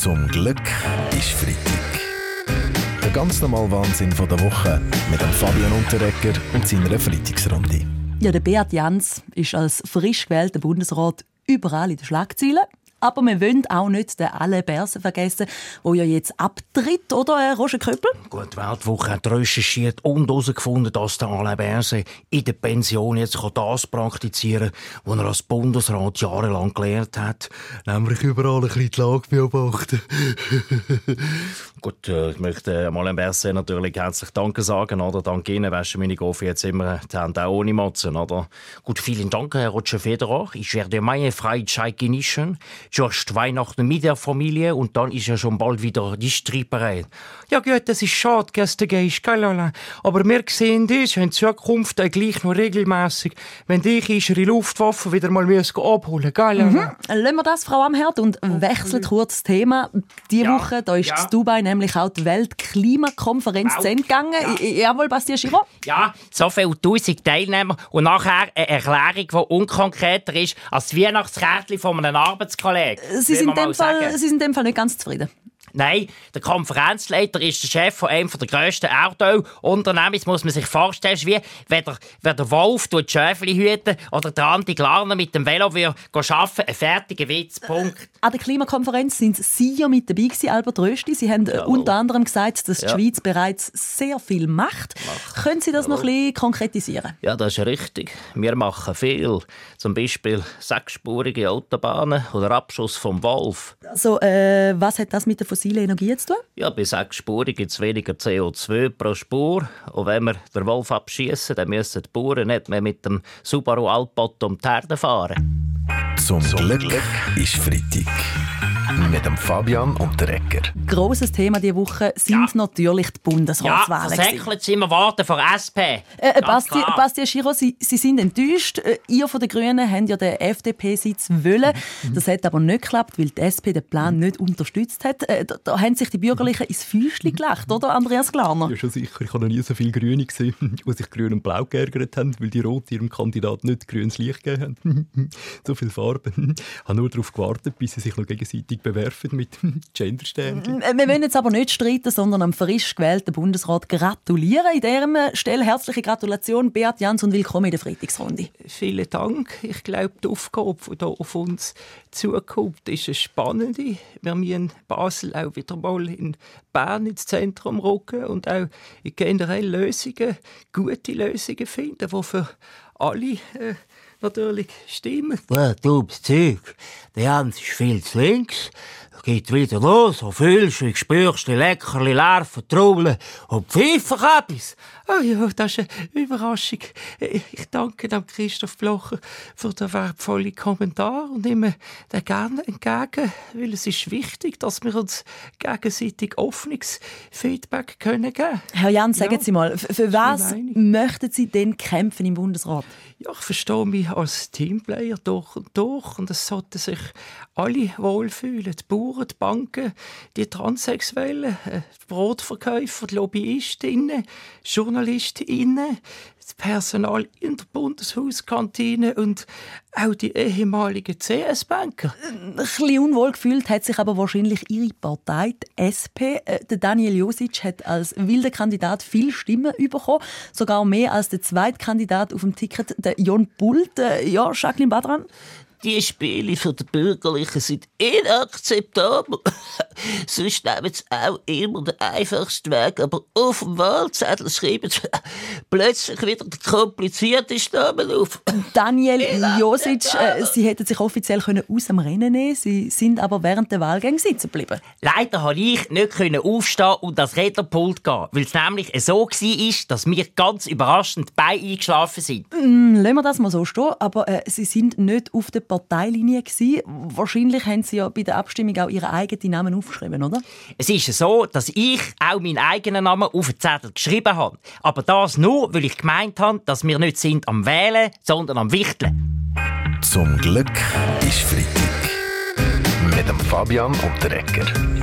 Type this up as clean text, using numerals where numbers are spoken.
Zum Glück ist Freitag. Der ganz normale Wahnsinn von der Woche mit dem Fabian Unterrecker und seiner Freitagsrunde. Ja, der Beat Jans ist als frisch gewählter Bundesrat überall in den Schlagzeilen. Aber wir wollen auch nicht den Alain Berset vergessen, der ja jetzt abtritt, oder, Roger Köppel? Gut, die Weltwoche hat recherchiert und herausgefunden, dass der Alain Berset in der Pension jetzt das praktizieren kann, was er als Bundesrat jahrelang gelernt hat. Nämlich überall ein bisschen die Lage beobachten. Gut, ich möchte Alain Berset natürlich herzlich Danke sagen. Oder? Dank Ihnen waschen meine Goffi jetzt immer die Hände auch ohne Motzen. Oder? Gut, vielen Dank, Herr Roger Federer. Ich werde meine Freizeit genießen. Just Weihnachten mit der Familie und dann ist ja schon bald wieder die Streiperei. Ja gut, das ist schade, dass du gehst, gell, Alain? Aber wir sehen das in Zukunft gleich noch regelmässig, wenn dich unsere Luftwaffe wieder mal abholen müssen, gell, Alain? Lassen wir das, Frau Amherd, und wechseln kurz das Thema. Diese Woche da ist in Dubai nämlich auch die Weltklimakonferenz zu Ende gegangen. Jawohl, Bastien Giraud? Ja, so viele 1000 Teilnehmer und nachher eine Erklärung, die unkonkreter ist als das Weihnachtskärtchen von einem Arbeitskollegen. Sie sind in dem Fall nicht ganz zufrieden. Nein, der Konferenzleiter ist der Chef von einem der grössten Erdölunternehmen. Jetzt muss man sich vorstellen, wie wenn der Wolf die Schäfchen hüten oder der Andi Glarner mit dem Velo arbeiten ein fertiger Witz, Punkt. An der Klimakonferenz sind Sie ja mit dabei gewesen, Albert Rösti. Sie haben unter anderem gesagt, dass die Schweiz bereits sehr viel macht. Können Sie das noch ein bisschen konkretisieren? Ja, das ist richtig. Wir machen viel. Zum Beispiel 6-spurige Autobahnen oder Abschuss vom Wolf. Also, was hat das mit der fossilen Energie zu tun? Ja, bei 6-spurig gibt es weniger CO2 pro Spur. Und wenn wir den Wolf abschießen, dann müssen die Bauern nicht mehr mit dem Subaru Alpotto um die Erde fahren. Zum Glück ist Freitag. Mit dem Fabian Unterrecker. Grosses Thema diese Woche sind natürlich die Bundesratswahlen. Ja, versäckelt sind wir Worte von SP. Bastien Giraud, Sie sind enttäuscht. Ihr von den Grünen habt ja den FDP-Sitz wollen. Das hat aber nicht geklappt, weil die SP den Plan nicht unterstützt hat. Da haben sich die Bürgerlichen ins Fäustchen gelacht, oder, Andreas Glarner? Ja, schon sicher. Ich habe noch nie so viele Grüne gesehen, die sich grün und blau geärgert haben, weil die Rot ihrem Kandidaten nicht grünes Licht gegeben haben. So viele Farben. Ich habe nur darauf gewartet, bis sie sich noch gegenseitig bewerfen mit Gendersternchen. Wir wollen jetzt aber nicht streiten, sondern am frisch gewählten Bundesrat gratulieren. In dieser Stelle herzliche Gratulation, Beat Jans, und willkommen in der Freitagsrunde. Vielen Dank. Ich glaube, die Aufgabe, die hier auf uns zukommt, ist eine spannende. Wir müssen Basel auch wieder mal in Bern ins Zentrum rücken und auch generell Lösungen, gute Lösungen finden, die für alle natürlich stimmen. Ja, dummes Zeug. Der Jans ist viel zu links. Geht wieder los, so fühlst du, spürst die Leckerli, Larven, Trubeln und Pfeifenkäppis. Oh ja, das ist eine Überraschung. Ich danke dem Christoph Blocher für den wertvollen Kommentar und nehme den gerne entgegen, weil es ist wichtig, dass wir uns gegenseitig offenes Feedback geben können. Herr Jans, sagen Sie mal, für was möchten Sie denn kämpfen im Bundesrat? Ja, ich verstehe mich als Teamplayer durch und durch und es sollten sich alle wohlfühlen. Die Bauern, die Banken, die Transsexuellen, die Brotverkäufer, die Lobbyistinnen, Journalistinnen, das Personal in der Bundeshauskantine und auch die ehemaligen CS-Banker. Ein bisschen unwohl gefühlt hat sich aber wahrscheinlich Ihre Partei, die SP. Der Daniel Josic hat als wilder Kandidat viele Stimmen bekommen, sogar mehr als der zweite Kandidat auf dem Ticket, der Jon Bult. Ja, Jacqueline Badran? Die Spiele für die Bürgerlichen sind inakzeptabel. Sonst nehmen sie auch immer den einfachsten Weg, aber auf dem Wahlzettel schreiben sie plötzlich wieder den kompliziertesten Namen auf. Daniel Josic, Sie hätten sich offiziell aus dem Rennen nehmen können, Sie sind aber während der Wahlgänge sitzen geblieben. Leider konnte ich nicht aufstehen und das Rednerpult gehen, weil es nämlich so war, dass wir ganz überraschend bei eingeschlafen sind. Lassen wir das mal so stehen, aber Sie sind nicht auf der Parteilinie gewesen. Wahrscheinlich haben Sie ja bei der Abstimmung auch Ihren eigenen Namen aufgeschrieben, oder? Es ist so, dass ich auch meinen eigenen Namen auf den Zettel geschrieben habe. Aber das nur, weil ich gemeint habe, dass wir nicht sind am Wählen, sondern am Wichteln. Zum Glück ist Freitag. Mit dem Fabian Unterrecker.